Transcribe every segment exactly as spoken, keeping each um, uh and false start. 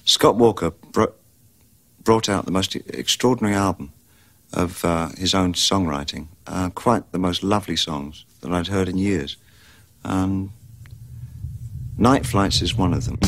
Scott Walker bro- brought out the most extraordinary album of uh, his own songwriting. Uh, quite the most lovely songs that I'd heard in years. Um, Night Flights is one of them.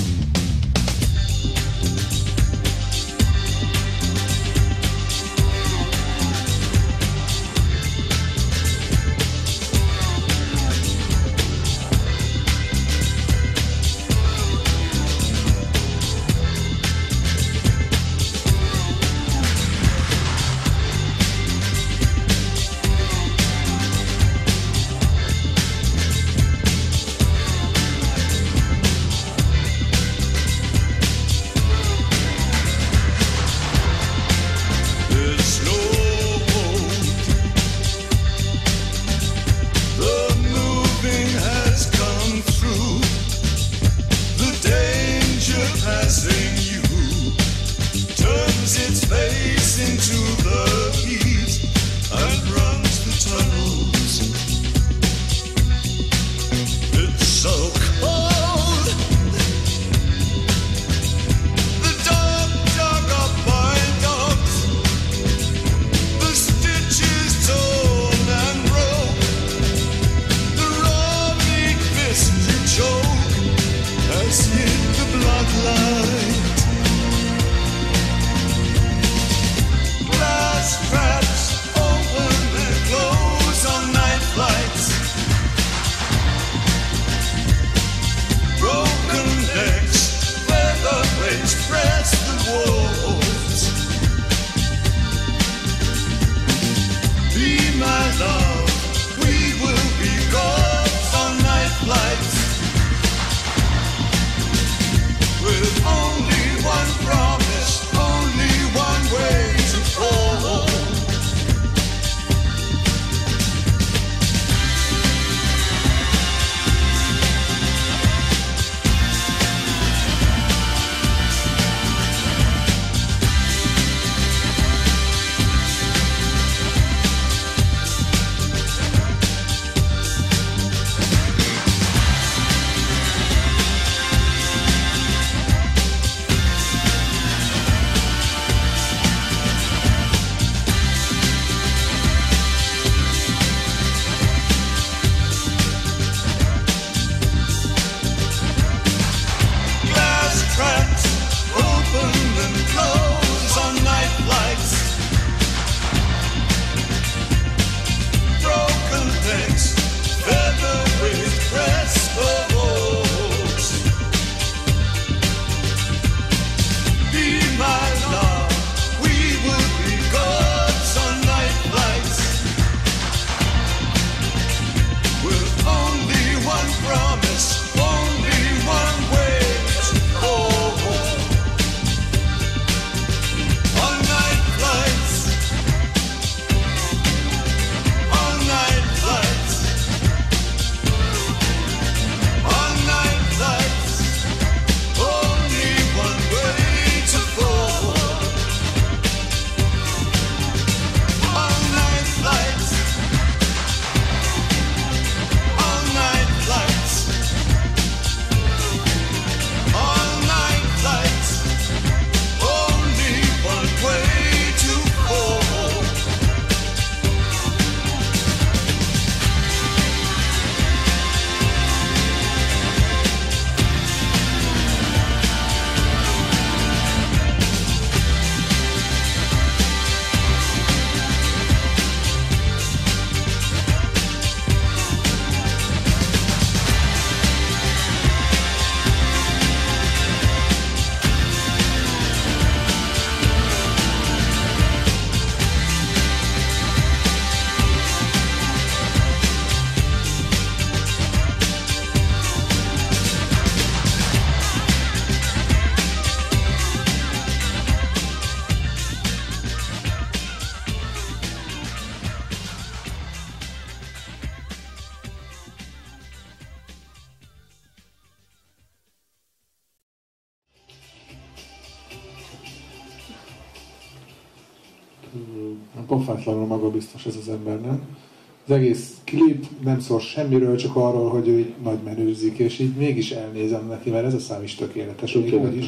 pofátlanul magabiztos ez az ember, nem? Az egész klip nem szól semmiről, csak arról, hogy ő nagy menőzik, és így mégis elnézem neki, mert ez a szám is tökéletes. Tökéletes. Úgy is,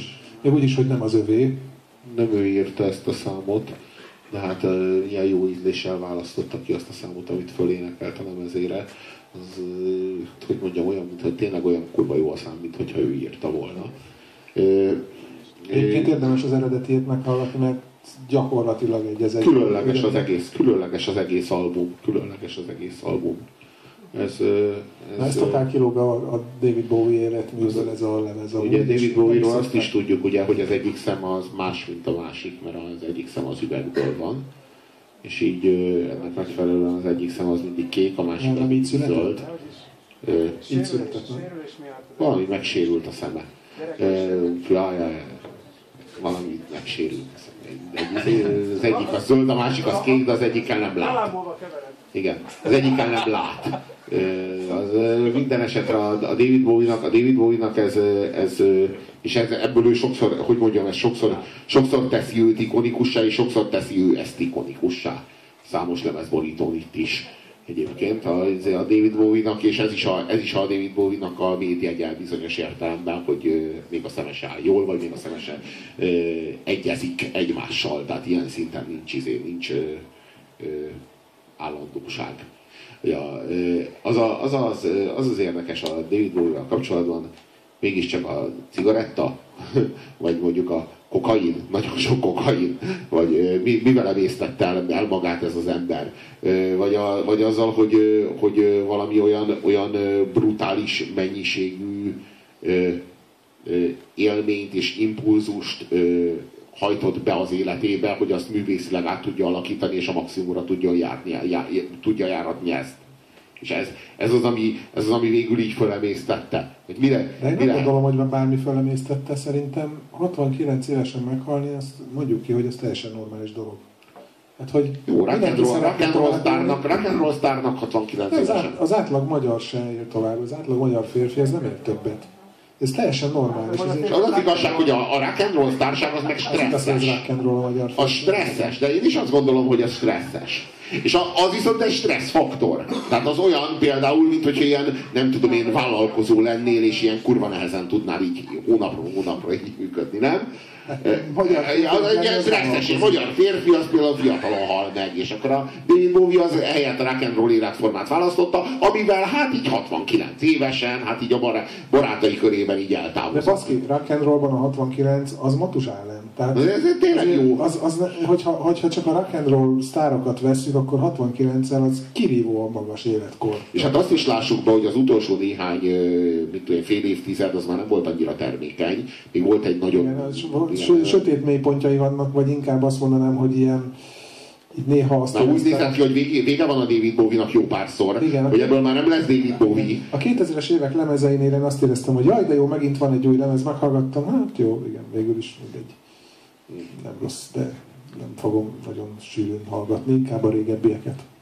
Még úgyis, hogy nem az övé. Nem ő írta ezt a számot, de hát uh, ilyen jó ízléssel választotta ki azt a számot, amit fölénekelt a lemezére. Az, uh, hogy mondjam, olyan, mint hogy tényleg olyan kurva jó a szám, mint hogyha ő írta volna. Uh, Egyébként érdemes az eredetiét meghallgatni, mert gyakorlatilag egy ez egy... Különleges az egész, különleges az egész album, különleges az egész album. Ez, ez, Na ezt totál kilóg a, a David Bowie életműből ez a lemez. Ugye David Bowie-ról azt is tudjuk, ugye, hogy az egyik szem az más, mint a másik, mert az egyik szem az üvegből van. És így ennek megfelelően az egyik szem az mindig kék, a másik nem, az nem így zöld. Így született, nem? Valami megsérült a szeme. Jaj, jaj, valami megsérült a szeme. Az egyik az zöld, a másik az kék, de az egyikkel nem lát. Igen, az egyikkel nem lát. Az, minden esetre a David Bowie-nak, a David Bowie-nak ez, ez, és ez, ebből ő sokszor, hogy mondjam, ez sokszor, sokszor teszi őt ikonikussá, és sokszor teszi ő ezt ikonikussá. Számos lemezborítón itt is. Egyébként a, a David Bowie-nak, és ez is a, ez is a David Bowie-nak a védjegye bizonyos értelemben, hogy euh, még a szeme se áll jól, vagy még a szeme se euh, egyezik egymással, tehát ilyen szinten nincs, izé, nincs euh, euh, állandóság. Ja, az, a, az, az, az az érdekes a David Bowie-val kapcsolatban, mégiscsak a cigaretta, vagy mondjuk a kokain, nagyon sok kokain, vagy mi, mivel emésztette el, el magát ez az ember, vagy, a, vagy azzal, hogy, hogy valami olyan, olyan brutális mennyiségű élményt és impulzust hajtott be az életébe, hogy azt művészileg át tudja alakítani, és a maximumra tudja, járni, já, tudja járatni ezt. És ez, ez, az, ami, ez az, ami végül így fölemésztette. Hogy mire, De én mire... nem gondolom, hogy bármi fölemésztette. Szerintem hatvankilenc évesen meghalni, azt mondjuk ki, hogy ez teljesen normális dolog. Hát, hogy jó, rock'n'roll sztárnak hatvankilenc az, évesen. át, az átlag magyar se ér tovább, az átlag magyar férfi, ez nem ér többet. Ez teljesen normális. És az az igazság, hogy a, a rock'n'roll sztárság az meg stresszes. Az, a stresszes, de én is azt gondolom, hogy ez stresszes. És az viszont egy stresszfaktor. Tehát az olyan például, mint hogyha ilyen, nem tudom én, vállalkozó lennél, és ilyen kurva nehezen tudnál így hónapról hónapra így működni, nem? Magyar stresszes, egy magyar férfi az például fiatalon hal meg, és akkor a David Bowie az helyett a rock'n'roll életformát választotta, amivel hát így hatvankilenc évesen, hát így a barátai körében így eltávozott. De baszki, rock'n'rollban a hatvankilenc az Matuzsálem. Tehát ez, ez tényleg jó. Az, az, hogyha, hogyha csak a rock'n'roll sztárokat veszünk, akkor hatvankilenccel az kirívóan magas életkor. És hát azt is lássuk be, hogy az utolsó néhány, mit tudom, fél évtized az már nem volt annyira termékeny. Még volt egy nagyon... Igen, igen, sötét mélypontjai vannak, vagy inkább azt mondanám, hogy ilyen így néha azt... Na, úgy nézett ki, hogy vége, vége van a David Bowie-nak jó párszor, igen, hogy ebből már nem lesz David Bowie. A kétezres évek lemezeinél én azt éreztem, hogy jaj, de jó, megint van egy új lemez, meghallgattam, hát jó, igen, végül is mindegy. Nem rossz, de nem fogom nagyon sűrűn hallgatni, inkább a régebbieket.